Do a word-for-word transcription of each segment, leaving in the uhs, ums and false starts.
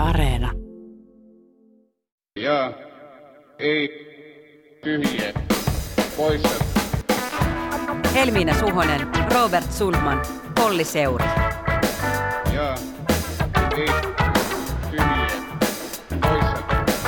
Areena. Ja ei tyhjiä poissa. Helmiina Suhonen, Robert Sundman, Olli Seuri. Ja ei tyhjiä poissa.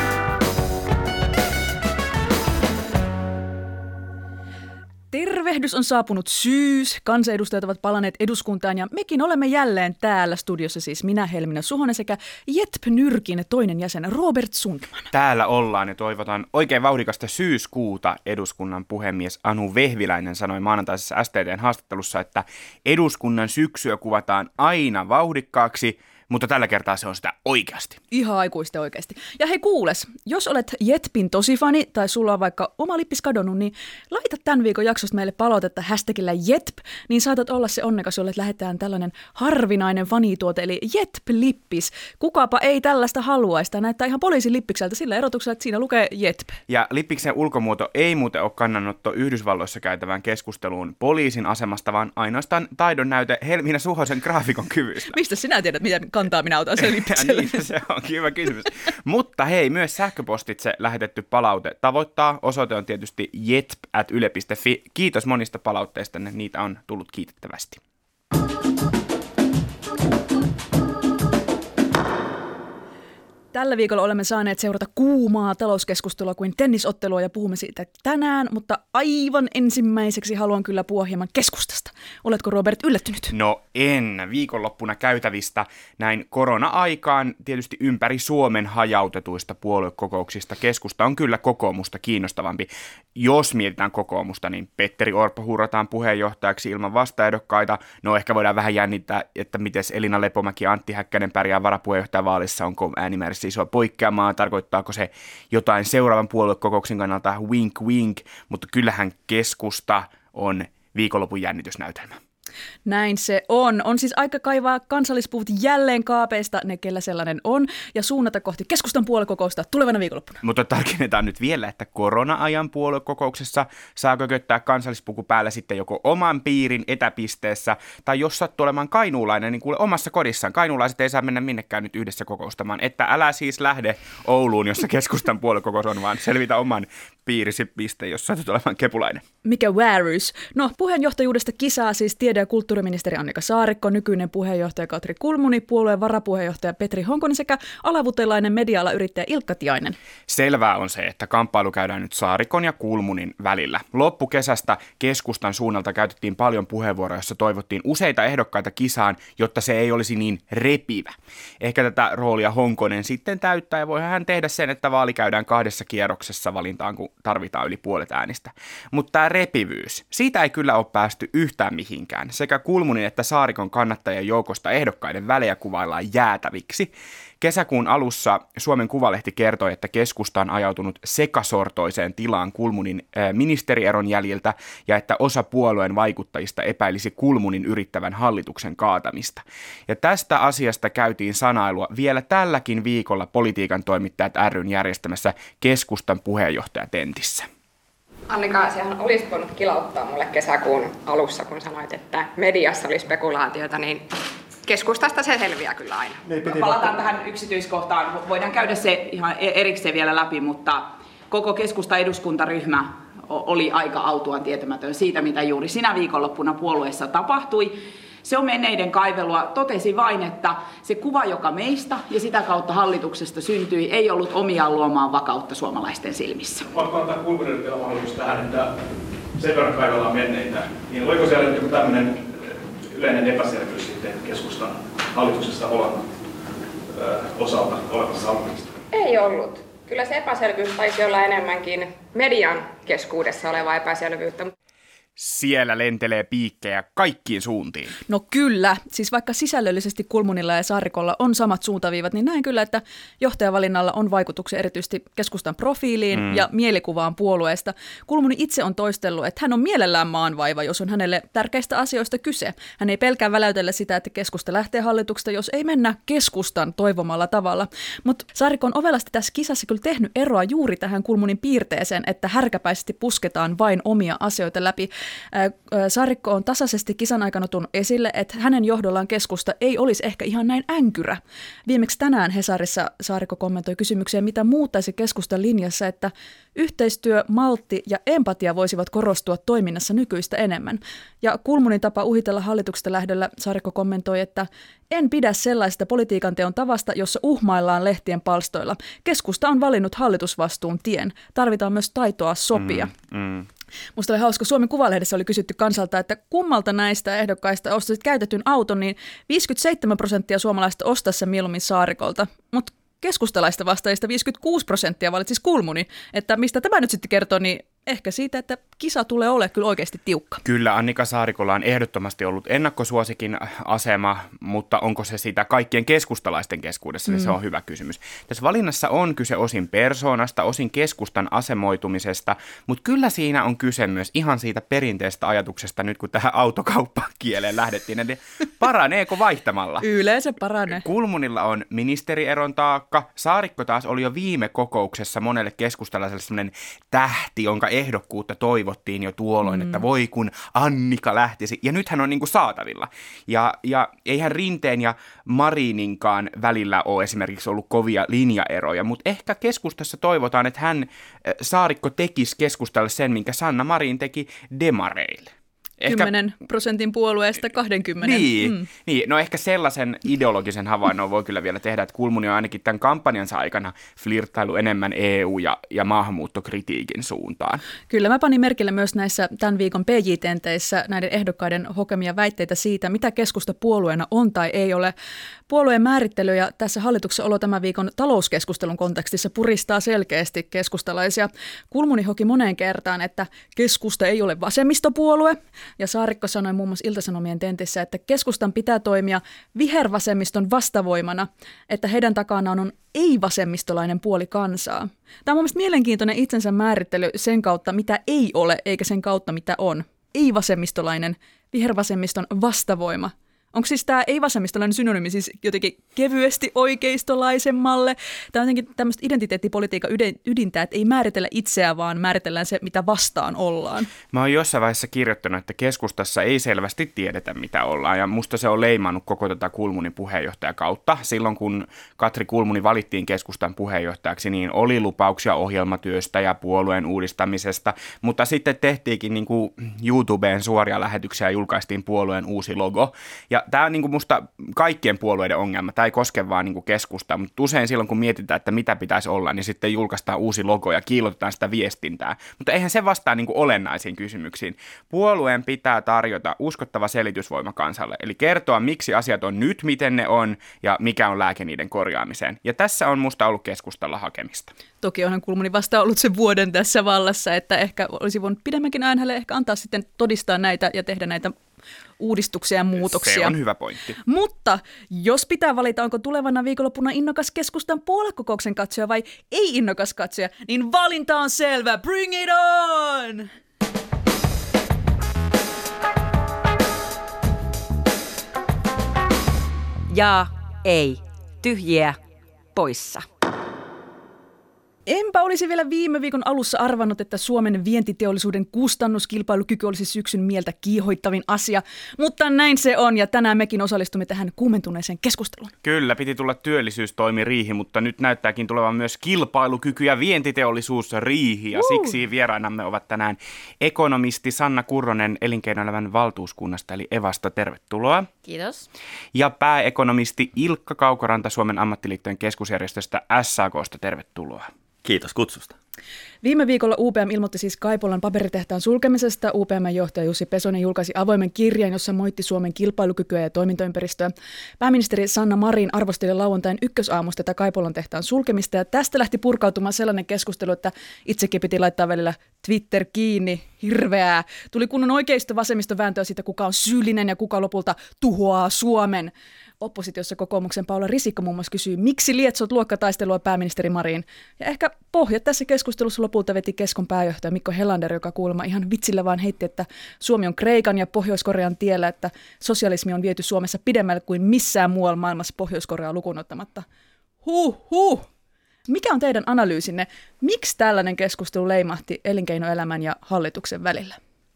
Tervehdys, on saapunut syys. Kansanedustajat ovat palanneet eduskuntaan ja mekin olemme jälleen täällä studiossa, siis minä Helmiina Suhonen sekä Jetp-nyrkin toinen jäsen Robert Sundman. Täällä ollaan ja toivotan oikein vauhdikasta syyskuuta. Eduskunnan puhemies Anu Vehviläinen sanoi maanantaisessa S T T:n haastattelussa, että eduskunnan syksyä kuvataan aina vauhdikkaaksi, mutta tällä kertaa se on sitä oikeasti. Ihan aikuisten oikeasti. Ja hei kuules, jos olet Jetpin tosifani tai sulla on vaikka oma lippis kadonnut, niin laita tämän viikon jaksosta meille palautetta hashtagillä Jetp, niin saatat olla se onnekas, jolle lähetään tällainen harvinainen fanituote, eli Jetp-lippis. Kukapa ei tällaista haluaisi. Tämä näyttää ihan poliisin lippikseltä sillä erotuksella, että siinä lukee Jetp. Ja lippiksen ulkomuoto ei muuten ole kannanotto Yhdysvalloissa käytävään keskusteluun poliisin asemasta, vaan ainoastaan taidon näyte Helmiina Suhosen graafikon kyvystä. Mistä sinä tiedät, miten kantaa minä otan sen lippikselle? Niin, se onkin hyvä kysymys. Mutta hei, myös sähköpostitse lähetetty palaute tavoittaa. Osoite on tietysti jetp at yle piste fi. Kiitos monista palautteista, niitä on tullut kiitettävästi. Tällä viikolla olemme saaneet seurata kuumaa talouskeskustelua kuin tennisottelua ja puhumme siitä tänään, mutta aivan ensimmäiseksi haluan kyllä puhua hieman keskustasta. Oletko, Robert, yllättynyt? No en. Viikonloppuna käytävistä näin korona-aikaan tietysti ympäri Suomen hajautetuista puoluekokouksista keskusta on kyllä kokoomusta kiinnostavampi. Jos mietitään kokoomusta, niin Petteri Orpo hurrataan puheenjohtajaksi ilman vastaehdokkaita. No ehkä voidaan vähän jännittää, että miten Elina Lepomäki ja Antti Häkkänen pärjää varapuheenjohtajavaalissa, onko äänimäärässä isoa poikkeamaa, tarkoittaako se jotain seuraavan puoluekokouksen kannalta wink wink, mutta kyllähän keskusta on viikonlopun jännitysnäytelmä. Näin se on. On siis aika kaivaa kansallispuvut jälleen kaapeista, ne kellä sellainen on, ja suunnata kohti keskustan puoluekokousta tulevana viikonloppuna. Mutta tarkennetaan nyt vielä, että korona-ajan puoluekokouksessa saa kököttää kansallispuku päällä sitten joko oman piirin etäpisteessä, tai jos sattuu olemaan kainuulainen, niin kuule omassa kodissaan. Kainuulaiset ei saa mennä minnekään nyt yhdessä kokoustamaan, että älä siis lähde Ouluun, jossa keskustan puoluekokous on, vaan selvitä oman piirisi piste, jos satut olemaan kepulainen. Mikä väärys? No, puheenjohtajuudesta kisaa siis tiede- ja kulttuuriministeri Annika Saarikko, nykyinen puheenjohtaja Katri Kulmuni, puolueen varapuheenjohtaja Petri Honkonen sekä alavutelainen media-alan yrittäjä Ilkka Tiainen. Selvää on se, että kamppailu käydään nyt Saarikon ja Kulmunin välillä. Loppukesästä keskustan suunnalta käytettiin paljon puheenvuoroja, joissa toivottiin useita ehdokkaita kisaan, jotta se ei olisi niin repivä. Ehkä tätä roolia Honkonen sitten täyttää ja voihan hän tehdä sen, että vaali käydään kahdessa kierroksessa valintaan, kun tarvitaan yli puolet äänistä. Mutta tämä repivyys, siitä ei kyllä ole päästy yhtään mihinkään. Sekä Kulmunin että Saarikon kannattajien joukosta ehdokkaiden välejä kuvaillaan jäätäviksi. Kesäkuun alussa Suomen Kuvalehti kertoi, että keskusta on ajautunut sekasortoiseen tilaan Kulmunin äh, ministerieron jäljiltä ja että osa puolueen vaikuttajista epäilisi Kulmunin yrittävän hallituksen kaatamista. Ja tästä asiasta käytiin sanailua vielä tälläkin viikolla Politiikan toimittajat ry:n järjestämässä keskustan puheenjohtajatentissä. Annika, sehän olisi voinut kilauttaa mulle kesäkuun alussa, kun sanoit, että mediassa oli spekulaatiota, niin keskustasta se selviää kyllä aina. Palataan tähän yksityiskohtaan. Voidaan käydä se ihan erikseen vielä läpi, mutta koko keskustan eduskuntaryhmä oli aika autuaan tietämätön siitä, mitä juuri sinä viikonloppuna puolueessa tapahtui. Se on menneiden kaivelua. Totesin vain, että se kuva, joka meistä ja sitä kautta hallituksesta syntyi, ei ollut omiaan luomaan vakautta suomalaisten silmissä. Pakko antaa Kulmunille vielä mahdollisuus tähän, että sen verran kaivellaan menneitä. Niin oliko siellä joku tämmöinen yleinen epäselvyys sitten keskustan hallituksessa olan ö, osalta olemassa alkuista? Ei ollut. Kyllä se epäselvyys taisi olla enemmänkin median keskuudessa olevaa epäselvyyttä. Siellä lentelee piikkejä kaikkiin suuntiin. No kyllä, siis vaikka sisällöllisesti Kulmunilla ja Saarikolla on samat suuntaviivat, niin näen kyllä, että johtajavalinnalla on vaikutuksia erityisesti keskustan profiiliin mm. ja mielikuvaan puolueesta. Kulmuni itse on toistellut, että hän on mielellään maanvaiva, jos on hänelle tärkeistä asioista kyse. Hän ei pelkää väläytellä sitä, että keskusta lähtee hallituksesta, jos ei mennä keskustan toivomalla tavalla. Mutta Saarikko on ovelasti tässä kisassa kyllä tehnyt eroa juuri tähän Kulmunin piirteeseen, että härkäpäisesti pusketaan vain omia asioita läpi. Saarikko on tasaisesti kisan aikana tuonut esille, että hänen johdollaan keskusta ei olisi ehkä ihan näin änkyrä. Viimeksi tänään Hesarissa Saarikko kommentoi kysymykseen, mitä muuttaisi keskustan linjassa, että yhteistyö, maltti ja empatia voisivat korostua toiminnassa nykyistä enemmän. Ja Kulmunin tapa uhitella hallituksesta lähdöllä Saarikko kommentoi, että en pidä sellaista politiikan teon tavasta, jossa uhmaillaan lehtien palstoilla. Keskusta on valinnut hallitusvastuun tien. Tarvitaan myös taitoa sopia. Mm, mm. Musta oli hauska, Suomen Kuvalehdessä oli kysytty kansalta, että kummalta näistä ehdokkaista ostaisit käytetyn auton, niin viisikymmentäseitsemän prosenttia suomalaista ostaisi sen mieluummin Saarikolta. Mutta keskustalaista vastaajista viisikymmentäkuusi prosenttia valitsisi Kulmuni. Että mistä tämä nyt sitten kertoo, niin ehkä siitä, että kisa tulee olemaan kyllä oikeasti tiukka. Kyllä, Annika Saarikolla on ehdottomasti ollut ennakkosuosikin asema, mutta onko se sitä kaikkien keskustalaisten keskuudessa, niin mm. se on hyvä kysymys. Tässä valinnassa on kyse osin persoonasta, osin keskustan asemoitumisesta, mutta kyllä siinä on kyse myös ihan siitä perinteistä ajatuksesta, nyt kun tähän autokauppakieleen lähdettiin, että paraneeko vaihtamalla? Yleensä paranee. Kulmunilla on ministerieron taakka, Saarikko taas oli jo viime kokouksessa monelle keskustalaiselle sellainen tähti, jonka ehdokkuutta toivottiin jo tuolloin, mm. että voi kun Annika lähtisi. Ja nyt hän on niin kuin saatavilla. Ja, ja eihän Rinteen ja Marininkaan välillä ole esimerkiksi ollut kovia linjaeroja, mutta ehkä keskustassa toivotaan, että hän, Saarikko, tekisi keskustalle sen, minkä Sanna Marin teki demareille. Ehkä kymmenen prosentin puolueesta kaksikymmentä. Niin, mm. niin, no ehkä sellaisen ideologisen havainnon voi kyllä vielä tehdä, että Kulmuni on ainakin tämän kampanjansa aikana flirttailu enemmän E U- ja, ja maahanmuuttokritiikin suuntaan. Kyllä, mä panin merkille myös näissä tämän viikon P J-tenteissä näiden ehdokkaiden hokemia väitteitä siitä, mitä keskusta puolueena on tai ei ole. Puolueen määrittely ja tässä hallituksen olo tämän viikon talouskeskustelun kontekstissa puristaa selkeästi keskustalaisia. Kulmuni hoki moneen kertaan, että keskusta ei ole vasemmistopuolue. Ja Saarikko sanoi muun muassa Ilta-Sanomien tentissä, että keskustan pitää toimia vihervasemmiston vastavoimana, että heidän takanaan on ei-vasemmistolainen puoli kansaa. Tämä on mun mielestä mielenkiintoinen itsensä määrittely sen kautta, mitä ei ole, eikä sen kautta, mitä on. Ei-vasemmistolainen, vihervasemmiston vastavoima. Onko siis tämä ei-vasemmistolainen synonyymi siis jotenkin kevyesti oikeistolaisemmalle? Tämä on jotenkin tämmöistä identiteettipolitiikan ydintä, että ei määritellä itseään, vaan määritellään se, mitä vastaan ollaan. Mä oon jossain vaiheessa kirjoittanut, että keskustassa ei selvästi tiedetä, mitä ollaan. Ja musta se on leimannut koko tätä Kulmunin puheenjohtajakautta. Silloin, kun Katri Kulmuni valittiin keskustan puheenjohtajaksi, niin oli lupauksia ohjelmatyöstä ja puolueen uudistamisesta. Mutta sitten tehtiinkin niin kuin YouTubeen suoria lähetyksiä ja julkaistiin puolueen uusi logo. Ja tämä on niin kuin musta kaikkien puolueiden ongelma. Tämä ei koske vaan niin kuin keskustaa, mutta usein silloin, kun mietitään, että mitä pitäisi olla, niin sitten julkaistaan uusi logo ja kiillotetaan sitä viestintää. Mutta eihän se vastaa niin kuin olennaisiin kysymyksiin. Puolueen pitää tarjota uskottava selitysvoima kansalle, eli kertoa, miksi asiat on nyt, miten ne on ja mikä on lääke niiden korjaamiseen. Ja tässä on musta ollut keskustalla hakemista. Toki onhan Kulmuni vasta ollut sen vuoden tässä vallassa, että ehkä olisi voinut pidemmänkin ajan hänelle ehkä antaa sitten todistaa näitä ja tehdä näitä uudistuksia ja muutoksia. Se on hyvä pointti. Mutta jos pitää valita, onko tulevana viikonloppuna innokas keskustan puoluekokouksen katsoja vai ei innokas katsoja, niin valinta on selvä. Bring it on! Ja ei. Tyhjiä poissa. Enpä olisi vielä viime viikon alussa arvannut, että Suomen vientiteollisuuden kustannuskilpailukyky olisi syksyn mieltä kiihoittavin asia, mutta näin se on ja tänään mekin osallistumme tähän kuumentuneeseen keskusteluun. Kyllä, piti tulla työllisyystoimiriihi, mutta nyt näyttääkin tulevan myös kilpailukyky ja vientiteollisuusriihi ja uh. siksi vierainamme ovat tänään ekonomisti Sanna Kurronen elinkeinoelämän valtuuskunnasta eli Evasta, tervetuloa. Kiitos. Ja pääekonomisti Ilkka Kaukoranta Suomen ammattiliittojen keskusjärjestöstä S A K:sta, tervetuloa. Kiitos kutsusta. Viime viikolla U P M ilmoitti siis Kaipolan paperitehtaan sulkemisesta. U P M-johtaja Jussi Pesonen julkaisi avoimen kirjan, jossa moitti Suomen kilpailukykyä ja toimintaympäristöä. Pääministeri Sanna Marin arvosteli lauantain ykkösaamusta tätä Kaipolan tehtaan sulkemista, ja tästä lähti purkautumaan sellainen keskustelu, että itsekin piti laittaa välillä Twitter kiinni, hirveää. Tuli kunnon oikeisto vasemmisto vääntöä siitä, kuka on syyllinen ja kuka lopulta tuhoaa Suomen. Oppositiossa kokoomuksen Paula Risikko muun muassa kysyy, miksi lietsot luokkataistelua pääministeri Marin. Ja ehkä pohjat tässä keskustelussa lopulta veti Keskon pääjohtaja Mikko Helander, joka kuulemma ihan vitsillä vaan heitti, että Suomi on Kreikan ja Pohjois-Korean tiellä, että sosialismi on viety Suomessa pidemmälle kuin missään muualla maailmassa Pohjois-Koreaa lukuun ottamatta. Huh, huh. Mikä on teidän analyysinne? Miksi tällainen keskustelu leimahti elinkeinoelämän ja hallituksen välillä?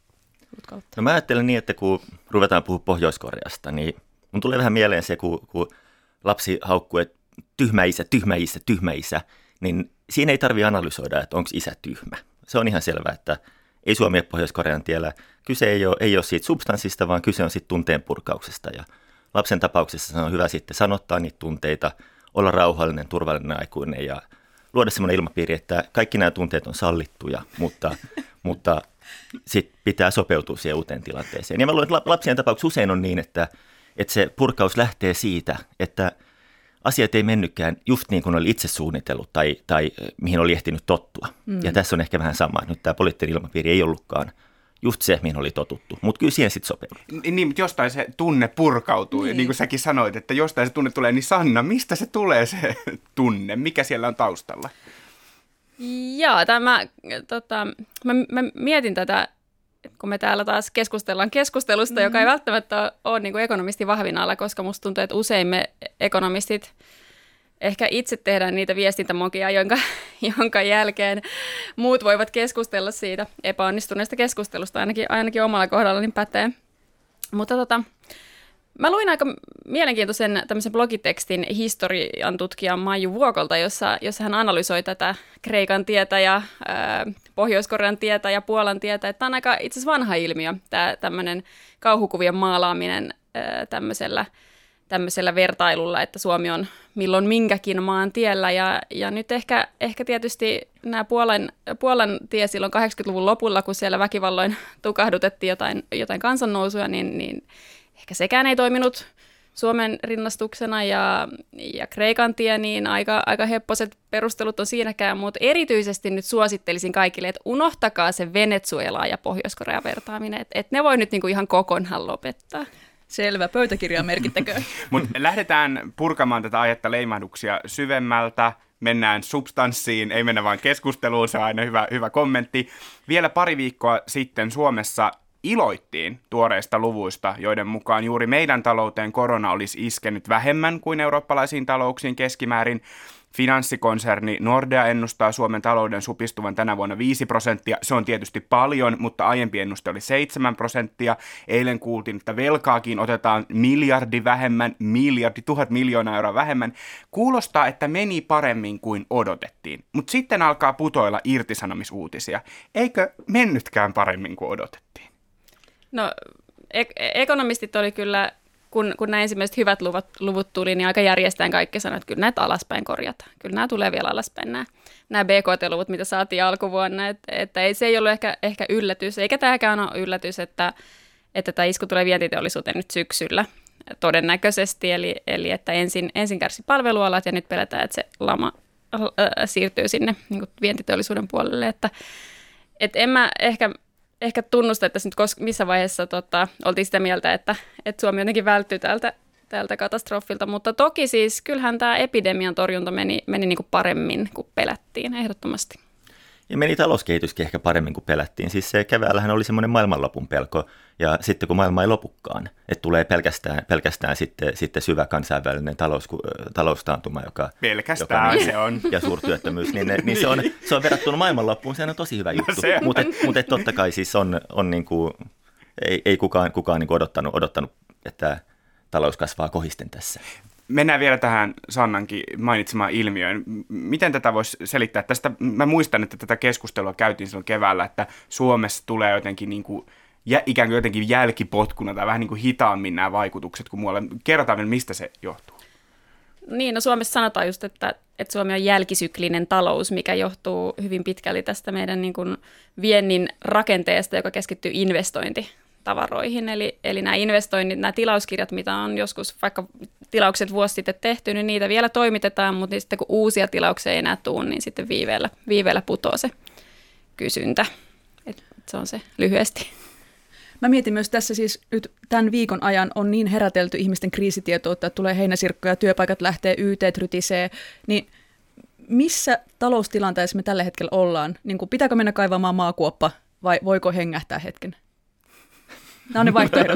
keskustelut kautta? No mä ajattelen niin, että kun ruvetaan puhua Pohjois-Koreasta, niin mun tulee vähän mieleen se, kun, kun lapsi haukkuu, että tyhmä isä, tyhmä isä, tyhmä isä, niin siinä ei tarvitse analysoida, että onko isä tyhmä. Se on ihan selvää, että ei Suomi ja Pohjois-Korean tiellä. Kyse ei ole, ei ole siitä substanssista, vaan kyse on siitä tunteen purkauksesta. Ja lapsen tapauksessa se on hyvä sitten sanottaa niitä tunteita, olla rauhallinen, turvallinen aikuinen ja luoda semmoinen ilmapiiri, että kaikki nämä tunteet on sallittuja, mutta, mutta sitten pitää sopeutua siihen uuteen tilanteeseen. Ja mä luulen, että lapsien tapauksessa usein on niin, että, että se purkaus lähtee siitä, että asiat ei mennytkään just niin kuin oli itse suunnitellut tai, tai mihin oli ehtinyt tottua. Mm. Ja tässä on ehkä vähän sama. Nyt tämä poliittinen ilmapiiri ei ollutkaan just se, mihin oli totuttu. Mutta kyllä siihen sitten sopeutuu. Niin, mutta jostain se tunne purkautuu. Niin. Ja niin kuin säkin sanoit, että jostain se tunne tulee. Niin Sanna, mistä se tulee se tunne? Mikä siellä on taustalla? Joo, tämä, tota, mä, mä mietin tätä, kun me täällä taas keskustellaan keskustelusta, mm-hmm. joka ei välttämättä ole, ole niin kuin ekonomistin vahvin ala, koska musta tuntuu, että usein me ekonomistit ehkä itse tehdään niitä viestintämokia, jonka, jonka jälkeen muut voivat keskustella siitä epäonnistuneesta keskustelusta, ainakin, ainakin omalla kohdalla niin pätee. Mutta tota, mä luin aika mielenkiintoisen tämmöisen blogitekstin historian tutkija Maiju Vuokolta, jossa, jossa hän analysoi tätä Kreikan tietä ja ää, Pohjois-Korean tietä ja Puolan tietä. Tämä on aika itse asiassa vanha ilmiö, tämä tämmöinen kauhukuvien maalaaminen ää, tämmöisellä, tämmöisellä vertailulla, että Suomi on milloin minkäkin maan tiellä. Ja, ja nyt ehkä, ehkä tietysti nämä Puolan, Puolan tie silloin kahdeksankymmentäluvun lopulla, kun siellä väkivalloin tukahdutettiin jotain, jotain kansannousuja, niin, niin ehkä sekään ei toiminut Suomen rinnastuksena ja, ja Kreikan tie, niin aika, aika hepposet perustelut on siinäkään, mutta erityisesti nyt suosittelisin kaikille, että unohtakaa se Venezuelaa ja Pohjois-Korea vertaaminen, että et ne voi nyt niinku ihan kokonaan lopettaa. Selvä, pöytäkirjaa merkittäköön. Mutta lähdetään purkamaan tätä aihetta leimahduksia syvemmältä. Mennään substanssiin, ei mennä vain keskusteluun, se on aina hyvä, hyvä kommentti. Vielä pari viikkoa sitten Suomessa iloittiin tuoreista luvuista, joiden mukaan juuri meidän talouteen korona olisi iskenyt vähemmän kuin eurooppalaisiin talouksiin keskimäärin. Finanssikonserni Nordea ennustaa Suomen talouden supistuvan tänä vuonna viisi prosenttia. Se on tietysti paljon, mutta aiempi ennuste oli seitsemän prosenttia. Eilen kuultiin, että velkaakin otetaan miljardi vähemmän, miljardi, tuhat miljoonaa euroa vähemmän. Kuulostaa, että meni paremmin kuin odotettiin, mutta sitten alkaa putoilla irtisanomisuutisia. Eikö mennytkään paremmin kuin odotettiin? No, ek- ekonomistit oli kyllä, kun, kun nämä ensimmäiset hyvät luvut, luvut tuli, niin aika järjestään kaikki sanoivat, että kyllä näitä alaspäin korjataan. Kyllä nämä tulee vielä alaspäin, nämä, nämä B K T-luvut, mitä saatiin alkuvuonna. Että, että ei, se ei ollut ehkä, ehkä yllätys, eikä tämäkään ole yllätys, että, että tämä isku tulee vientiteollisuuteen nyt syksyllä todennäköisesti. Eli, eli että ensin, ensin kärsi palvelualat ja nyt pelätään, että se lama äh, siirtyy sinne niin kuin vientiteollisuuden puolelle. Että, että en mä ehkä... Ehkä tunnusta, että nyt kos- missä vaiheessa tota, oltiin sitä mieltä, että, että Suomi jotenkin välttyy tältä, tältä katastrofilta, mutta toki siis kyllähän tämä epidemian torjunta meni, meni niin kuin paremmin kuin pelättiin, ehdottomasti. Ja meni talouskehityskin ehkä paremmin kuin pelättiin. Siis se keväällähän oli semmoinen maailmanlopun pelko, ja sitten kun maailma ei lopukaan, että tulee pelkästään, pelkästään sitten, sitten syvä kansainvälinen talous, taloustaantuma, joka, pelkästään joka, se on. ja suurtyöttömyys, niin, niin se, on, se on verrattuna maailmanloppuun, sehän on tosi hyvä juttu. No mutta mut totta kai siis on, on niin kuin, ei, ei kukaan, kukaan niin kuin odottanut, odottanut, että talous kasvaa kohisten tässä. Mennään vielä tähän Sannankin mainitsemaan ilmiöön. Miten tätä voisi selittää? Tästä, mä muistan, että tätä keskustelua käytiin silloin keväällä, että Suomessa tulee jotenkin niin kuin, ikään kuin jotenkin jälkipotkuna tai vähän niin kuin hitaammin nämä vaikutukset kuin muualla. Kerrotaan vielä, mistä se johtuu. Niin, no Suomessa sanotaan just, että, että Suomi on jälkisyklinen talous, mikä johtuu hyvin pitkälti tästä meidän niin kuin viennin rakenteesta, joka keskittyy investointi. Tavaroihin. Eli, eli nämä investoinnit, nämä tilauskirjat, mitä on joskus vaikka tilaukset vuosi sitten tehty, niin niitä vielä toimitetaan, mutta niin sitten kun uusia tilauksia ei enää tule, niin sitten viiveellä, viiveellä putoaa se kysyntä. Et se on se lyhyesti. Mä mietin myös tässä siis nyt tämän viikon ajan on niin herätelty ihmisten kriisitietoutta, että tulee heinäsirkkoja, työpaikat lähtee, Y T:t rytisee, niin missä taloustilanteessa me tällä hetkellä ollaan? Niin kuin pitääkö mennä kaivamaan maakuoppa vai voiko hengähtää hetken? Nämä on ne vaihtoehdot.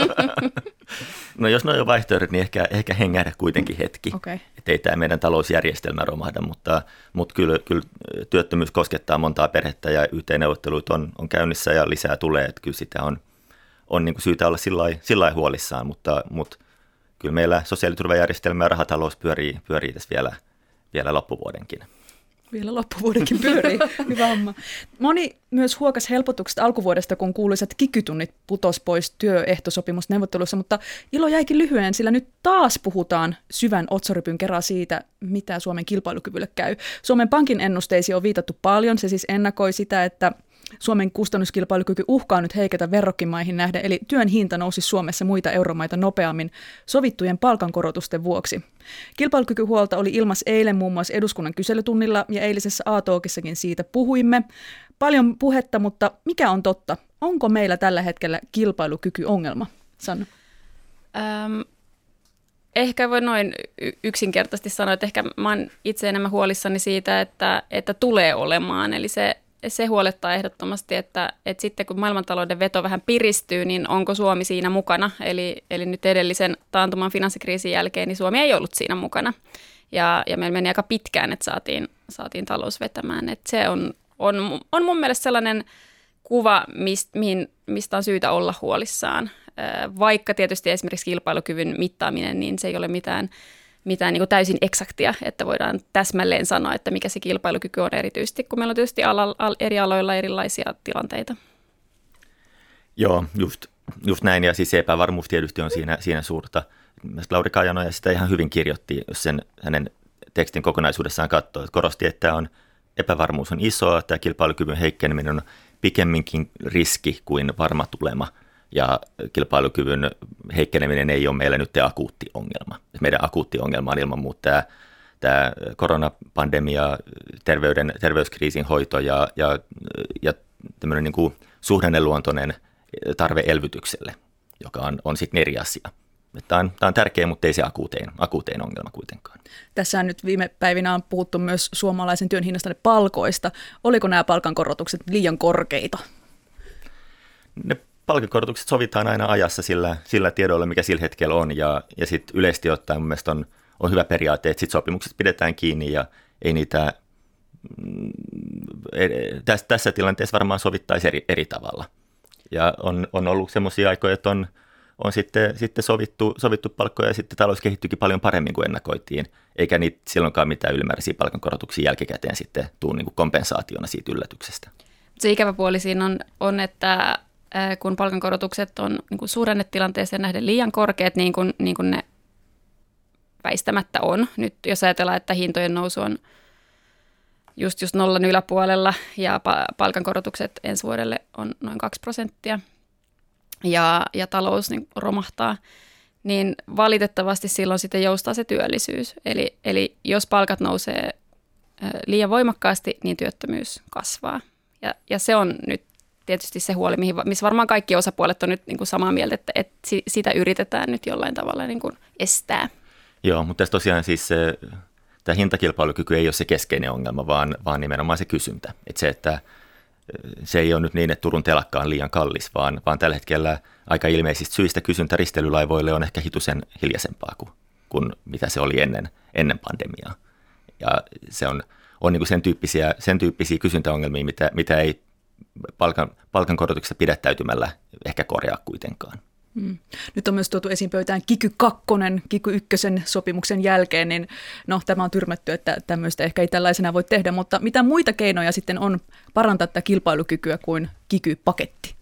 No jos ne on jo vaihtoehdot, niin ehkä, ehkä hengähdä kuitenkin hetki. Okay. Että ei tämä meidän talousjärjestelmä romahda, mutta, mutta kyllä, kyllä työttömyys koskettaa montaa perhettä ja Y T-neuvottelut on, on käynnissä ja lisää tulee. Että kyllä sitä on, on niin kuin syytä olla sillä lailla huolissaan, mutta, mutta kyllä meillä sosiaaliturvajärjestelmä ja rahatalous pyörii, pyörii tässä vielä, vielä loppuvuodenkin. Vielä loppuvuodenkin pyörii. Hyvä homma. Moni myös huokas helpotukset alkuvuodesta, kun kuuluisat kikytunnit putos pois työehtosopimusneuvotteluissa, mutta ilo jäikin lyhyen, sillä nyt taas puhutaan syvän otsarypyn kerran siitä, mitä Suomen kilpailukyvylle käy. Suomen Pankin ennusteisiin on viitattu paljon. Se siis ennakoi sitä, että Suomen kustannuskilpailukyky uhkaa nyt heiketä verrokkimaihin nähden, eli työn hinta nousi Suomessa muita euromaita nopeammin sovittujen palkankorotusten vuoksi. Kilpailukykyhuolta oli ilmas eilen muun muassa eduskunnan kyselytunnilla ja eilisessä A-talkissakin siitä puhuimme. Paljon puhetta, mutta mikä on totta? Onko meillä tällä hetkellä kilpailukykyongelma? Sanna. Ähm, ehkä voi noin yksinkertaisesti sanoa, että ehkä mä oon itse enemmän huolissani siitä, että, että tulee olemaan, eli se Se huolettaa ehdottomasti, että, että sitten kun maailmantalouden veto vähän piristyy, niin onko Suomi siinä mukana? Eli, eli nyt edellisen taantuman finanssikriisin jälkeen niin Suomi ei ollut siinä mukana. Ja, ja meillä meni aika pitkään, että saatiin, saatiin talous vetämään. Että se on, on, on mun mielestä sellainen kuva, mist, mihin, mistä on syytä olla huolissaan. Vaikka tietysti esimerkiksi kilpailukyvyn mittaaminen, niin se ei ole mitään mitään niin kuin täysin eksaktia, että voidaan täsmälleen sanoa, että mikä se kilpailukyky on erityisesti, kun meillä on tietysti ala, al, eri aloilla erilaisia tilanteita. Joo, just, just näin, ja siis se epävarmuus tietysti on siinä, siinä suurta. Lauri Kaijanoja sitä ihan hyvin kirjoitti, jos sen hänen tekstin kokonaisuudessaan katsoo, että korosti, että on, epävarmuus on iso, että kilpailukyvyn heikkeneminen on pikemminkin riski kuin varma tulema. Ja kilpailukyvyn heikkeneminen ei ole meillä nyt akuutti ongelma. Meidän akuutti ongelma on ilman muuta tämä, tämä koronapandemia, terveyden, terveyskriisin hoito ja, ja, ja tämmöinen niin kuin suhdanneluontoinen tarve elvytykselle, joka on, on sitten eri asia. Tämä on, tämä on tärkeä, mutta ei se akuutein, akuutein ongelma kuitenkaan. Tässä nyt viime päivinä on puhuttu myös suomalaisen työn hinnasta palkoista. Oliko nämä palkankorotukset liian korkeita? Ne palkankorotukset sovitaan aina ajassa sillä, sillä tiedolla, mikä sillä hetkellä on, ja, ja sitten yleisesti ottaen mun mielestä on, on hyvä periaate, että sit sopimukset pidetään kiinni, ja ei niitä tässä, tässä tilanteessa varmaan sovittaisi eri, eri tavalla. Ja on, on ollut semmoisia aikoja, että on, on sitten, sitten sovittu, sovittu palkkoja, ja sitten talous kehittyikin paljon paremmin kuin ennakoitiin, eikä niitä silloinkaan mitään ylimääräisiä palkankorotuksia jälkikäteen sitten tule niin kuin kompensaationa siitä yllätyksestä. Se ikävä puoli siinä on, on että kun palkankorotukset on niin kuin suhdannetilanteeseen nähden liian korkeat, niin kuin, niin kuin ne väistämättä on. Nyt jos ajatellaan, että hintojen nousu on just, just nollan yläpuolella ja palkankorotukset ensi vuodelle on noin kaksi prosenttia ja, ja talous niin romahtaa, niin valitettavasti silloin sitten joustaa se työllisyys. Eli, eli jos palkat nousee liian voimakkaasti, niin työttömyys kasvaa. Ja, ja se on nyt tietysti se huoli, missä varmaan kaikki osapuolet on nyt niin kuin samaa mieltä, että, että sitä yritetään nyt jollain tavalla niin kuin estää. Joo, mutta tässä tosiaan siis se, tämä hintakilpailukyky ei ole se keskeinen ongelma, vaan, vaan nimenomaan se kysyntä. Että se, että se ei ole nyt niin, että Turun telakka on liian kallis, vaan, vaan tällä hetkellä aika ilmeisistä syistä kysyntä risteilylaivoille on ehkä hitusen hiljaisempaa kuin, kuin mitä se oli ennen, ennen pandemiaa. Ja se on, on niin kuin sen, tyyppisiä, sen tyyppisiä kysyntäongelmia, mitä, mitä ei palkan, palkankorotuksessa pidättäytymällä ehkä korjaa kuitenkaan. Hmm. Nyt on myös tuotu esiin pöytään Kiky kakkonen, Kiky ykkösen sopimuksen jälkeen, niin no tämä on tyrmätty, että tämmöistä ehkä ei tällaisena voi tehdä, mutta mitä muita keinoja sitten on parantaa tätä kilpailukykyä kuin Kiky-paketti?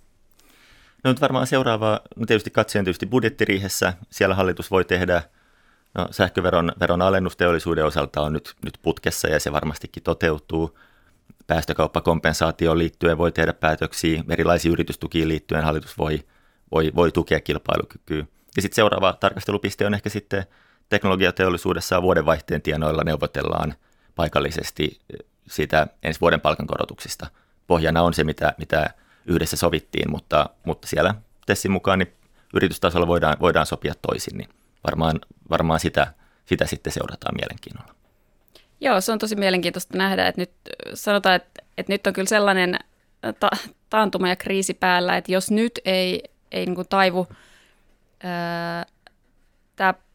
No nyt varmaan seuraava, no tietysti katsoen tietysti budjettiriihessä, siellä hallitus voi tehdä, no sähköveron veron alennus teollisuuden osalta on nyt, nyt putkessa ja se varmastikin toteutuu. Päästökauppakompensaatioon liittyen voi tehdä päätöksiä, erilaisiin yritystukiin liittyen hallitus voi, voi, voi tukea kilpailukykyä. Ja sitten seuraava tarkastelupiste on ehkä sitten teknologiateollisuudessa vuodenvaihteen tienoilla neuvotellaan paikallisesti siitä ensi vuoden palkankorotuksista. Pohjana on se, mitä, mitä yhdessä sovittiin, mutta, mutta siellä Tessin mukaan niin yritystasolla voidaan, voidaan sopia toisin, niin varmaan, varmaan sitä, sitä sitten seurataan mielenkiinnolla. Joo, se on tosi mielenkiintoista nähdä, että nyt sanotaan, että, että nyt on kyllä sellainen ta- taantuma ja kriisi päällä, että jos nyt ei, ei niin kuin taivu tämä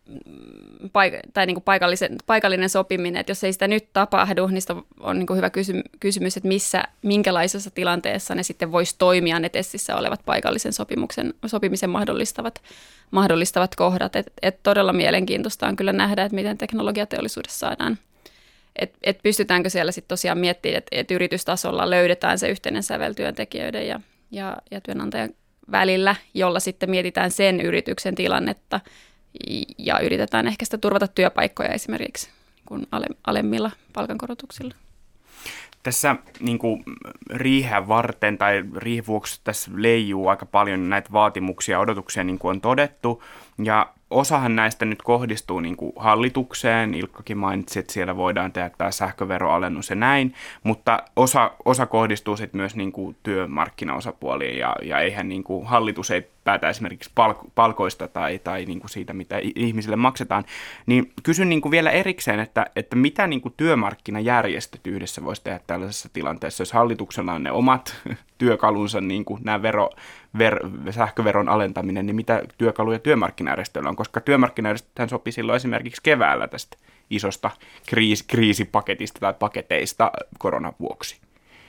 paik- tai niin kuin paikallisen, paikallinen sopiminen, että jos ei sitä nyt tapahdu, niin sitä on niin kuin hyvä kysy- kysymys, että missä, minkälaisessa tilanteessa ne sitten voisi toimia ne testissä olevat paikallisen sopimuksen, sopimisen mahdollistavat, mahdollistavat kohdat. Et, et todella mielenkiintoista on kyllä nähdä, että miten teknologiateollisuudessa saadaan, että et pystytäänkö siellä sitten tosiaan miettimään, että et yritystasolla löydetään se yhteinen sävel työntekijöiden ja, ja, ja työnantajan välillä, jolla sitten mietitään sen yrityksen tilannetta ja yritetään ehkä sitä turvata työpaikkoja esimerkiksi kun ale, alemmilla palkankorotuksilla. Tässä niin kuin riiheä varten tai riihen vuoksi tässä leijuu aika paljon näitä vaatimuksia ja odotuksia, niin kuin on todettu. Ja osahan näistä nyt kohdistuu niin kuin hallitukseen. Ilkkakin mainitsi, että siellä voidaan tehdä tämä sähköveroalennus ja näin. Mutta osa, osa kohdistuu sitten myös niin kuin työmarkkinaosapuoliin. Ja, ja eihän niin kuin hallitus ei päätä esimerkiksi palk- palkoista tai, tai niin kuin siitä, mitä ihmisille maksetaan. Niin kysyn niin kuin vielä erikseen, että, että mitä niin kuin työmarkkinajärjestöt yhdessä voisi tehdä tällaisessa tilanteessa, jos hallituksella on ne omat työkalunsa, niin kuin nämä vero, ver, sähköveron alentaminen, niin mitä työkaluja työmarkkinajärjestöillä on, koska työmarkkinajärjestöthän sopi silloin esimerkiksi keväällä tästä isosta kriis, kriisipaketista tai paketeista koronan vuoksi.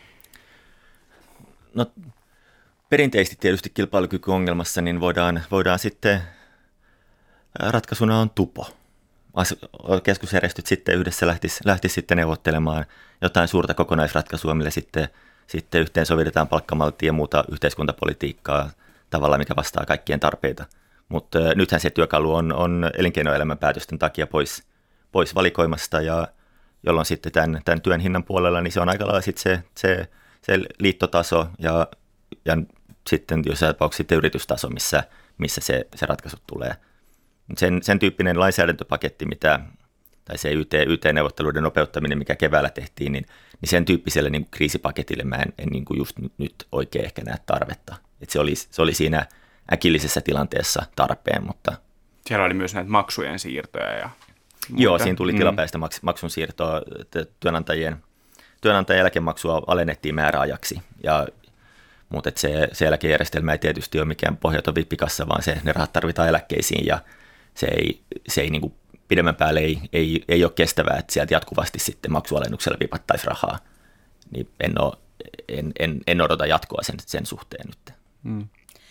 No perinteisesti tietysti kilpailukykyongelmassa niin voidaan, voidaan sitten, ratkaisuna on tupo. Keskusjärjestöt sitten yhdessä lähtisi, lähtisi sitten neuvottelemaan jotain suurta kokonaisratkaisua, millä sitten, sitten yhteensovitetaan palkkamalttia ja muuta yhteiskuntapolitiikkaa tavalla, mikä vastaa kaikkien tarpeita. Mutta nythän se työkalu on, on elinkeinoelämän päätösten takia pois, pois valikoimasta, ja jolloin sitten tämän, tämän työn hinnan puolella niin se on aika lailla sitten se, se, se liittotaso ja, ja sitten jos tapauksessa sitten yritystaso, missä, missä se, se ratkaisu tulee. Sen, sen tyyppinen lainsäädäntöpaketti, mitä, tai se Y T, Y T-neuvotteluiden nopeuttaminen, mikä keväällä tehtiin, niin, niin sen tyyppiselle niin kuin kriisipaketille mä en, en niin kuin just nyt, nyt oikein ehkä näe tarvetta. Et se, oli, se oli siinä äkillisessä tilanteessa tarpeen, mutta... Siellä oli myös näitä maksujen siirtoja ja muuta. Joo, siinä tuli tilapäistä mm. maksun siirtoa. Työnantajien, työnantajien eläkemaksua alennettiin määräajaksi, ja, mutta se, se eläkejärjestelmä ei tietysti ole mikään pohjaton vippikassa, vaan se, ne rahat tarvitaan eläkkeisiin, ja se ei, se ei niin kuin pidemmän päälle ei, ei, ei ole kestävää, että sieltä jatkuvasti sitten maksualennuksella vipattaisi rahaa. Niin en, ole, en, en, en odota jatkoa sen, sen suhteen nyt. Mm.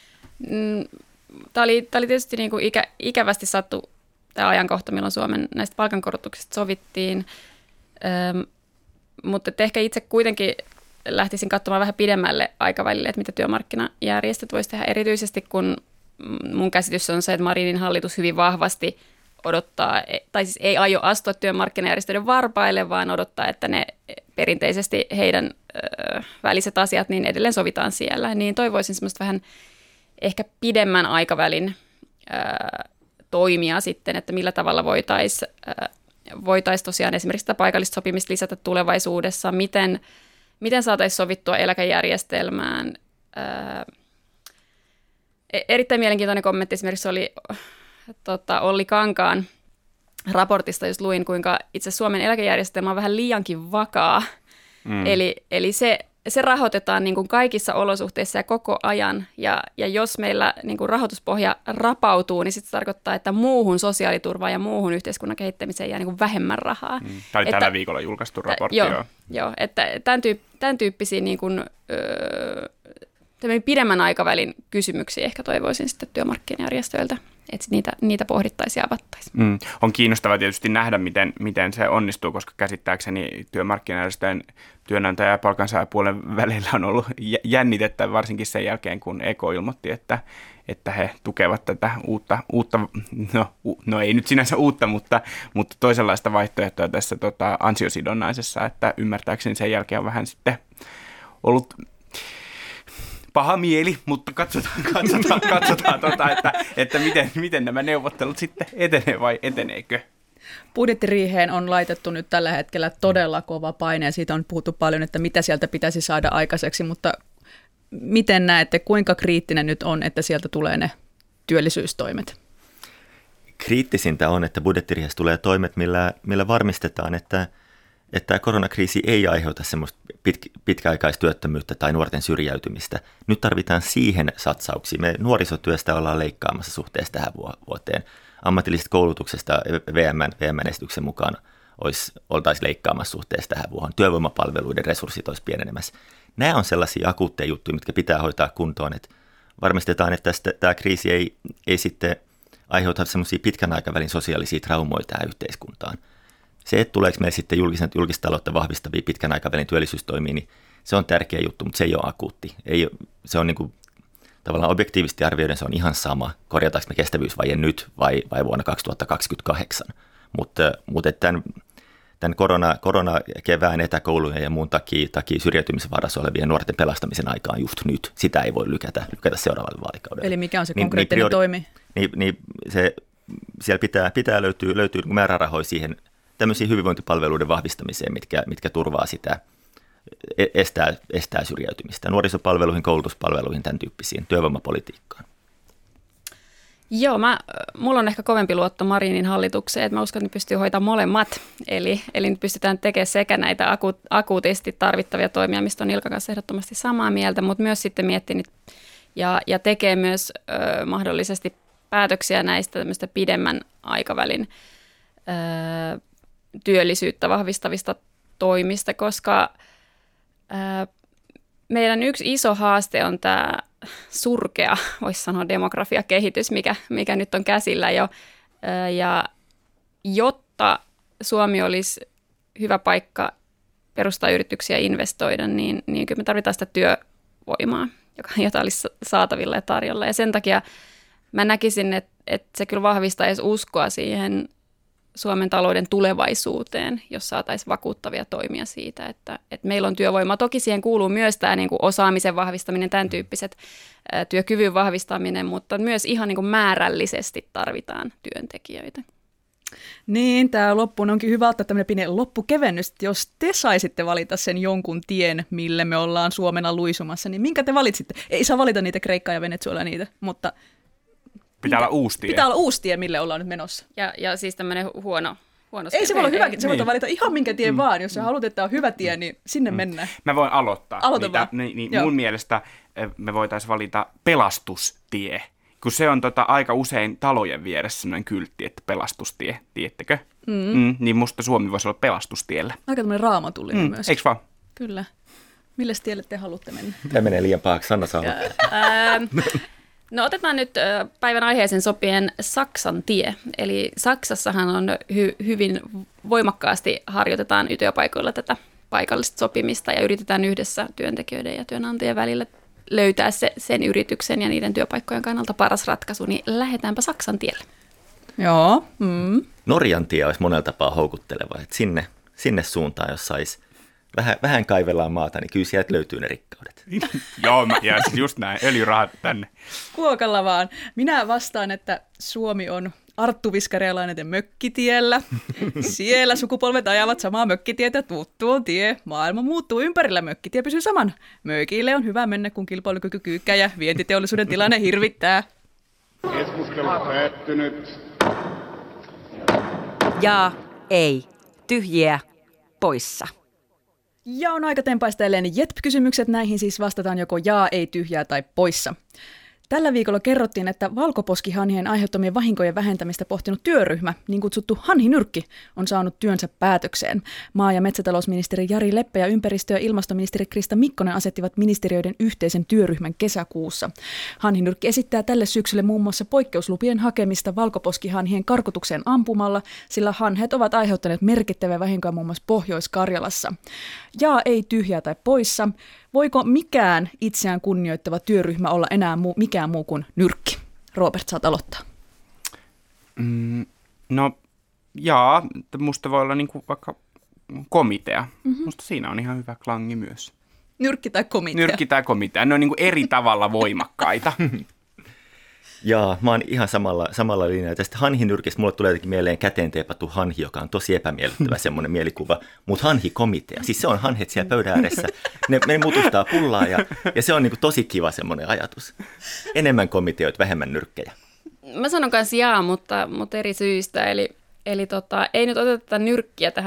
Tämä oli, tämä oli tietysti niin kuin ikä, ikävästi sattu tämä ajankohta, milloin Suomen näistä palkankorotuksista sovittiin, Öm, mutta ehkä itse kuitenkin lähtisin katsomaan vähän pidemmälle aikavälille, että mitä työmarkkinajärjestöt voisi tehdä, erityisesti kun mun käsitys on se, että Marinin hallitus hyvin vahvasti odottaa, tai siis ei aio astua työmarkkinajärjestöiden varpaille, vaan odottaa, että ne perinteisesti heidän ö, väliset asiat niin edelleen sovitaan siellä. Niin toivoisin semmoista vähän ehkä pidemmän aikavälin ö, toimia sitten, että millä tavalla voitaisiin voitais tosiaan esimerkiksi sitä paikallista sopimista lisätä tulevaisuudessa, miten, miten saataisiin sovittua eläkejärjestelmään. Ö, Erittäin mielenkiintoinen kommentti esimerkiksi oli tota, Olli Kankaan raportista, jos luin, kuinka itse Suomen eläkejärjestelmä on vähän liiankin vakaa. Mm. Eli, eli se, se rahoitetaan niin kuin kaikissa olosuhteissa ja koko ajan. Ja, ja jos meillä niin kuin rahoituspohja rapautuu, niin se tarkoittaa, että muuhun sosiaaliturvaan ja muuhun yhteiskunnan kehittämiseen jää niin kuin vähemmän rahaa. Mm. Tämä oli että, tällä viikolla julkaistu raportti. Joo, jo. joo että tämän, tyyp, tämän tyyppisiä niin kuin, öö, pidemmän aikavälin kysymyksiä ehkä toivoisin sitten työmarkkinajärjestöiltä, että niitä, niitä pohdittaisiin ja avattaisiin. Mm. On kiinnostavaa tietysti nähdä, miten, miten se onnistuu, koska käsittääkseni työmarkkinajärjestöjen työnantaja- ja palkansaajapuolen välillä on ollut jännitettä, varsinkin sen jälkeen, kun E K ilmoitti, että, että he tukevat tätä uutta, uutta no, no ei nyt sinänsä uutta, mutta, mutta toisenlaista vaihtoehtoa tässä tota, ansiosidonnaisessa, että ymmärtääkseni sen jälkeen on vähän sitten ollut paha mieli, mutta katsotaan, katsotaan, katsotaan tota, että, että miten, miten nämä neuvottelut sitten etenee vai eteneekö. Budjettiriiheen on laitettu nyt tällä hetkellä todella kova paine ja siitä on puhuttu paljon, että mitä sieltä pitäisi saada aikaiseksi, mutta miten näette, kuinka kriittinen nyt on, että sieltä tulee ne työllisyystoimet? Kriittisintä on, että budjettiriihessä tulee toimet, millä, millä varmistetaan, että että tämä koronakriisi ei aiheuta semmoista pitkä, pitkäaikaistyöttömyyttä tai nuorten syrjäytymistä. Nyt tarvitaan siihen satsauksia. Me nuorisotyöstä ollaan leikkaamassa suhteessa tähän vuoteen. ammatillisesta koulutuksesta V M:n, V M:n esityksen mukaan olisi, oltaisiin leikkaamassa suhteessa tähän vuohon. Työvoimapalveluiden resurssit olisi pienenemässä. Nämä on sellaisia akuutteja juttuja, mitkä pitää hoitaa kuntoon, että varmistetaan, että tästä, tämä kriisi ei, ei sitten aiheuta sellaisia pitkän aikavälin sosiaalisia traumoja tähän yhteiskuntaan. Se, että tuleeko meillä sitten julkisen, julkista taloutta vahvistavia pitkän aikavälin työllisyystoimia, niin se on tärkeä juttu, mutta se ei ole akuutti. Ei, se on niin kuin, tavallaan objektiivisesti arvioiden se on ihan sama, korjataanko me kestävyysvaje nyt vai, vai vuonna kaksituhattakaksikymmentäkahdeksan. Mutta, mutta tämän, tämän korona, koronakevään etäkoulujen ja muun takia, takia syrjäytymisen varassa olevien nuorten pelastamisen aika on just nyt. Sitä ei voi lykätä, lykätä seuraavalle vaalikaudelle. Eli mikä on se niin, konkreettinen niin priori- toimi? Niin, niin se, siellä pitää, pitää löytyä, löytyä määrärahoja siihen tämmöisiä hyvinvointipalveluiden vahvistamiseen, mitkä, mitkä turvaa sitä, estää, estää syrjäytymistä. Nuorisopalveluihin, koulutuspalveluihin, tämän tyyppisiin, työvoimapolitiikkaan. Joo, mä, mulla on ehkä kovempi luotto Marinin hallitukseen, että mä uskon, että ne pystyy hoitamaan molemmat. Eli, eli nyt pystytään tekemään sekä näitä aku, akuutisti tarvittavia toimia, mistä on Ilkan kanssa ehdottomasti samaa mieltä, mutta myös sitten miettiä ja, ja tekee myös ö, mahdollisesti päätöksiä näistä tämmöistä pidemmän aikavälin ö, työllisyyttä vahvistavista toimista, koska ö, meidän yksi iso haaste on tämä surkea, voisi sanoa demografiakehitys, mikä, mikä nyt on käsillä jo. Ja jotta Suomi olisi hyvä paikka perustaa yrityksiä ja investoida, niin, niin kyllä me tarvitaan sitä työvoimaa, joka, jota olisi saatavilla ja tarjolla. Ja sen takia mä näkisin, että, että se kyllä vahvistaisi uskoa siihen Suomen talouden tulevaisuuteen, jos saataisiin vakuuttavia toimia siitä, että, että meillä on työvoima. Toki siihen kuuluu myös tämä niin kuin osaamisen vahvistaminen, tämän tyyppiset ää, työkyvyn vahvistaminen, mutta myös ihan niin kuin määrällisesti tarvitaan työntekijöitä. Niin, tämä loppuun onkin hyvä ottaa tämmöinen pieni loppukevennys. Jos te saisitte valita sen jonkun tien, mille me ollaan Suomena luisumassa, niin minkä te valitsitte? Ei saa valita niitä Kreikkaa ja Venezuela niitä, mutta pitää olla uusi tie. Pitää olla uusi tie, mille ollaan nyt menossa. Ja, ja siis tämmöinen huono, huono Ei se voi olla hyvä, ei, se voi valita ihan minkä tien mm. vaan. Jos sä haluat, että on hyvä tie, niin sinne mm. mennään. Mä voin aloittaa. Aloita niitä, vaan. Niin, niin mun mielestä me voitaisiin valita pelastustie, kun se on tota aika usein talojen vieressä sellainen kyltti, että pelastustie, tiedättekö? Mm. Mm, niin musta Suomi voisi olla pelastustiellä. Aika tämmöinen raamatullinen mm. myös. Eiks vaan? Kyllä. Milles tielle te haluatte mennä? Tämä menee liian pahaksi. Sanna saa No otetaan nyt päivän aiheeseen sopien Saksan tie. Eli Saksassahan on hy- hyvin voimakkaasti harjoitetaan työpaikoilla tätä paikallista sopimista ja yritetään yhdessä työntekijöiden ja työnantajien välillä löytää se, sen yrityksen ja niiden työpaikkojen kannalta paras ratkaisu, niin lähdetäänpä Saksan tielle. Joo. Mm. Norjan tie olisi monella tapaa houkutteleva, että sinne, sinne suuntaan, jos saisi vähän, vähän kaivellaan maata, niin kyllä sieltä löytyy ne rikkaudet. Joo, mä, ja just näin, öljyrahat tänne. Kuokalla vaan. Minä vastaan, että Suomi on Arttu Viskarialainen mökkitiellä. Siellä sukupolvet ajavat samaa mökkitietä, tuttu on tie. Maailma muuttuu ympärillä, mökkitie pysyy saman. Mökille on hyvä mennä, kun kilpailukyky kyykkää ja vientiteollisuuden tilanne hirvittää. Keskustelu päättynyt. Jaa, ei, tyhjiä, poissa. Ja on aika tempaista jälleen J E T P-kysymykset. Näihin siis vastataan joko jaa, ei, tyhjää tai poissa. Tällä viikolla kerrottiin, että valkoposkihanhien aiheuttamien vahinkojen vähentämistä pohtinut työryhmä, niin kutsuttu hanhinyrkki, on saanut työnsä päätökseen. Maa- ja metsätalousministeri Jari Leppä ja ympäristö- ja ilmastoministeri Krista Mikkonen asettivat ministeriöiden yhteisen työryhmän kesäkuussa. Hanhinyrkki esittää tälle syksylle muun muassa poikkeuslupien hakemista valkoposkihanhien karkotukseen ampumalla, sillä hanhet ovat aiheuttaneet merkittäviä vahinkoja muun muassa Pohjois-Karjalassa. Jaa, ei, tyhjää tai poissa. Voiko mikään itseään kunnioittava työryhmä olla enää muu, mikään muu kuin nyrkki? Robert, saat aloittaa. Mm, no, jaa, musta voi olla niinku vaikka komitea. Mm-hmm. Musta siinä on ihan hyvä klangi myös. Nyrkki tai komitea? Nyrkki tai komitea. Ne on niinku eri tavalla voimakkaita. Jaa, mä oon ihan samalla, samalla linjalla. Tästä hanhinyrkistä mulle tulee jotenkin mieleen käteen teepattu hanhi, joka on tosi epämiellyttävä semmoinen mielikuva. Mutta hanhikomitea, siis se on hanhet siellä pöydän ääressä. Ne, ne mutustaa pullaa ja, ja se on niinku tosi kiva semmoinen ajatus. Enemmän komiteoita, vähemmän nyrkkejä. Mä sanon kanssa jaa, mutta, mutta eri syistä. Eli, eli tota, ei nyt oteta nyrkkiä tähän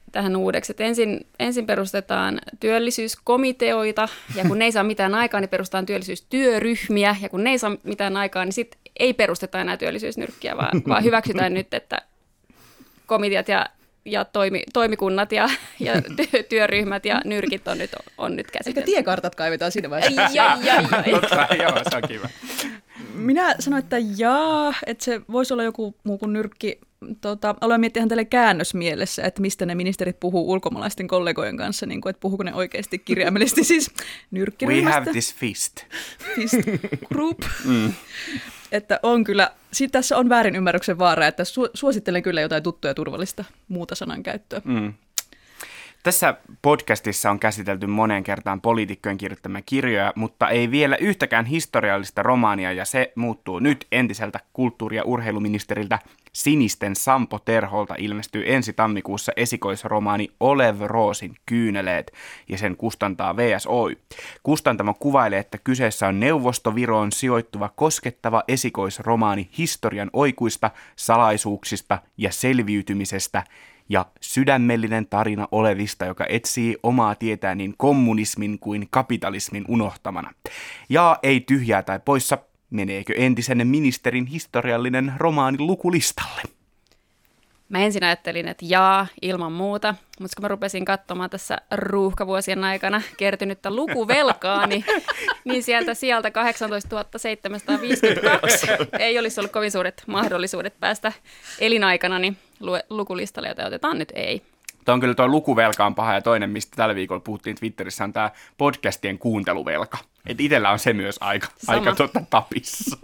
tähän uudeksi. Et ensin, ensin perustetaan työllisyyskomiteoita, ja kun ne ei saa mitään aikaa, niin perustetaan työllisyystyöryhmiä, ja kun ne ei saa mitään aikaa, niin sitten ei perusteta enää työllisyysnyrkkiä, vaan, vaan hyväksytään nyt, että komiteat ja, ja toimi, toimikunnat ja, ja ty, työryhmät ja nyrkit on nyt, on nyt käsitelty. Ehkä tiekartat kaivetaan siinä vaiheessa. Ai, ai, ai, ai. Totta, joo, se on kiva. Minä sanoin, että jaa, että se voisi olla joku muu kuin nyrkki. Tota, aloin miettiä ihan tälle käännösmielessä, että mistä ne ministerit puhuu ulkomaalaisten kollegojen kanssa, niin kuin, että puhuuko ne oikeasti kirjaimellisesti siis nyrkkiryhmästä. We have this fist. Fist group. Mm. Että on kyllä, tässä on väärinymmärryksen vaara, että su- suosittelen kyllä jotain tuttua ja turvallista muuta sanankäyttöä. Mm. Tässä podcastissa on käsitelty moneen kertaan poliitikkojen kirjoittamia kirjoja, mutta ei vielä yhtäkään historiallista romaania, ja se muuttuu nyt. Entiseltä kulttuuri- ja urheiluministeriltä Sinisten Sampo Terholta ilmestyy ensi tammikuussa esikoisromaani Olev Roosin kyyneleet, ja sen kustantaa V S Oy. Kustantamo kuvailee, että kyseessä on Neuvostoviroon sijoittuva koskettava esikoisromaani historian oikuista, salaisuuksista ja selviytymisestä, ja sydämellinen tarina olevista, joka etsii omaa tietään niin kommunismin kuin kapitalismin unohtamana. Ja ei tyhjää tai poissa, meneekö entisen ministerin historiallinen romaani lukulistalle? Mä ensin ajattelin, että jaa, ilman muuta, mutta kun mä rupesin katsomaan tässä ruuhkavuosien aikana kertynyttä lukuvelkaa, niin, niin sieltä sieltä kahdeksantoistatuhatta seitsemänsataaviisikymmentäkaksi ei olisi ollut kovin suuret mahdollisuudet päästä elinaikana niin lukulistalle, jota otetaan nyt ei. Tuo on kyllä tuo lukuvelka on paha, ja toinen, mistä tällä viikolla puhuttiin Twitterissä, on tämä podcastien kuunteluvelka. Että itsellä on se myös aika, aika tuota tapissa.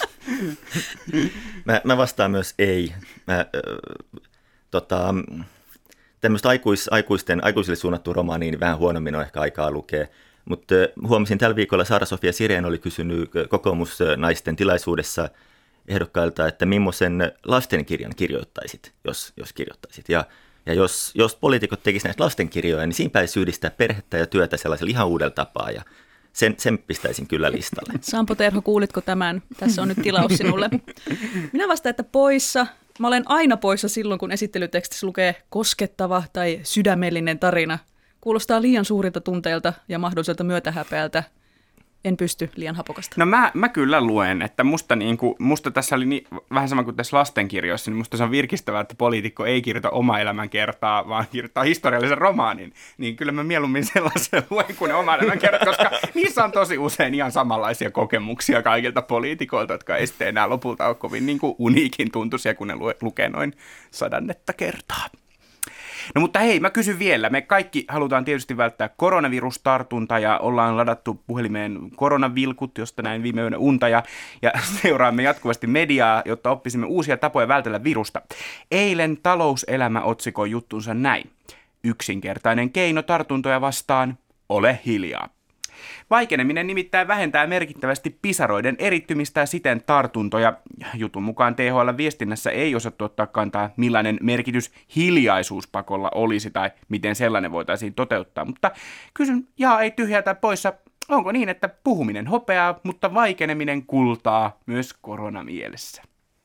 mä, mä vastaan myös ei. Mä, äh, tota, tämmöistä aikuis, aikuisten, aikuisille suunnattua romaania niin vähän huonommin on ehkä aikaa lukea. Mutta äh, huomasin tällä viikolla Saara-Sofia Sirén oli kysynyt kokoomusnaisten tilaisuudessa ehdokkailta, että millaisen lastenkirjan kirjoittaisit, jos, jos kirjoittaisit. Ja Ja jos, jos poliitikot tekisivät näistä lastenkirjoja, niin siinä pääsi yhdistää perhettä ja työtä sellaisella ihan uudella tapaa, ja sen, sen pistäisin kyllä listalle. Sampo Terho, kuulitko tämän? Tässä on nyt tilaus sinulle. Minä vastaan, että poissa. Mä olen aina poissa silloin, kun esittelytekstissä lukee koskettava tai sydämellinen tarina. Kuulostaa liian suurilta tunteilta ja mahdolliselta myötähäpeältä. En pysty, liian hapokasta. No mä, mä kyllä luen, että musta, niin kuin, musta tässä oli niin, vähän sama kuin tässä lastenkirjoissa, niin musta se on virkistävää, että poliitikko ei kirjoita oma elämän kertaa, vaan kirjoittaa historiallisen romaanin. Niin kyllä mä mieluummin sellaisen luen kuin ne oma elämän kertaa, koska niissä on tosi usein ihan samanlaisia kokemuksia kaikilta poliitikoilta, jotka ei sitten enää lopulta ole kovin niin kuin uniikin tuntuisia, kun ne lue, lukee noin sadannetta kertaa. No mutta hei, mä kysyn vielä. Me kaikki halutaan tietysti välttää koronavirustartunta ja ollaan ladattu puhelimeen koronavilkut, josta näin viime yönä unta ja, ja seuraamme jatkuvasti mediaa, jotta oppisimme uusia tapoja vältellä virusta. Eilen Talouselämä otsikoi juttunsa näin. Yksinkertainen keino tartuntoja vastaan, ole hiljaa. Vaikeneminen nimittäin vähentää merkittävästi pisaroiden erittymistä ja siten tartuntoja. Jutun mukaan T H L-viestinnässä ei osattu ottaa kantaa, millainen merkitys hiljaisuuspakolla olisi tai miten sellainen voitaisiin toteuttaa. Mutta kysyn, jaa ei tyhjää tai poissa, onko niin, että puhuminen hopeaa, mutta vaikeneminen kultaa myös koronamielessä?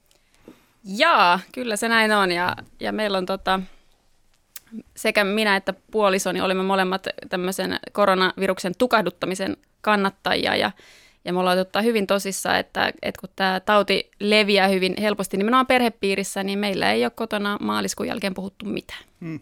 Jaa, kyllä se näin on ja, ja meillä on tota... Sekä minä että puolisoni olimme molemmat tämmöisen koronaviruksen tukahduttamisen kannattajia ja, ja me ollaan ottaa hyvin tosissaan, että, että kun tämä tauti leviää hyvin helposti nimenomaan perhepiirissä, niin meillä ei ole kotona maaliskuun jälkeen puhuttu mitään. Hmm.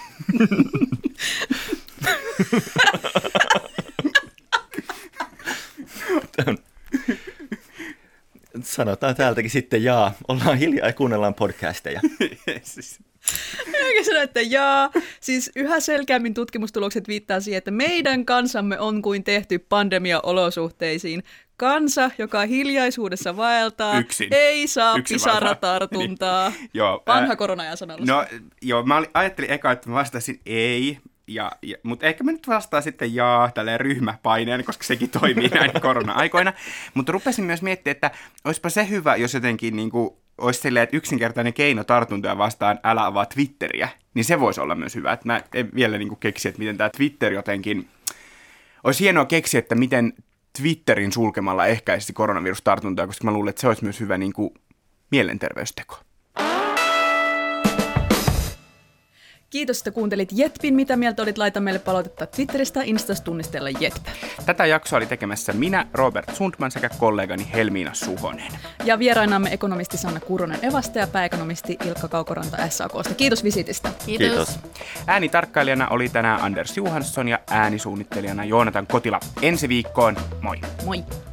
Sanotaan täältäkin sitten jaa, ollaan hiljaa ja kuunnellaan podcasteja. Minäkin sanoin, että jaa. Siis yhä selkeämmin tutkimustulokset viittaa siihen, että meidän kansamme on kuin tehty pandemia-olosuhteisiin. Kansa, joka hiljaisuudessa vaeltaa, Yksin. ei saa Yksin pisaratartuntaa. Niin. Joo, vanha äh, korona-ajan sanallus. No joo, mä ajattelin eka, että mä vastasin ei. Ja, ja, mutta ehkä mä nyt vastaan sitten jaa tälleen ryhmäpaineen, koska sekin toimii näin korona-aikoina. Mutta rupesin myös miettimään, että olisipa se hyvä, jos jotenkin niin kuin, olisi silleen, että yksinkertainen keino tartuntoja vastaan älä avaa Twitteriä. Niin se voisi olla myös hyvä. Että mä en vielä niin kuin keksi, että miten tämä Twitter jotenkin... Olisi hienoa keksiä, että miten Twitterin sulkemalla ehkäisi koronavirustartuntoja, koska mä luulen, että se olisi myös hyvä niin kuin mielenterveysteko. Kiitos, että kuuntelit Jetpin. Mitä mieltä olit? Laita meille palautetta Twitteristä, Instasta tunnistella Jetp. Tätä jaksoa oli tekemässä minä, Robert Sundman sekä kollegani Helmiina Suhonen. Ja vierainamme ekonomisti Sanna Kuronen Evasta ja pääekonomisti Ilkka Kaukoranta S A K:sta. Kiitos visitistä. Kiitos. Kiitos. Äänitarkkailijana oli tänään Anders Johansson ja äänisuunnittelijana Joonatan Kotila. Ensi viikkoon, moi! Moi!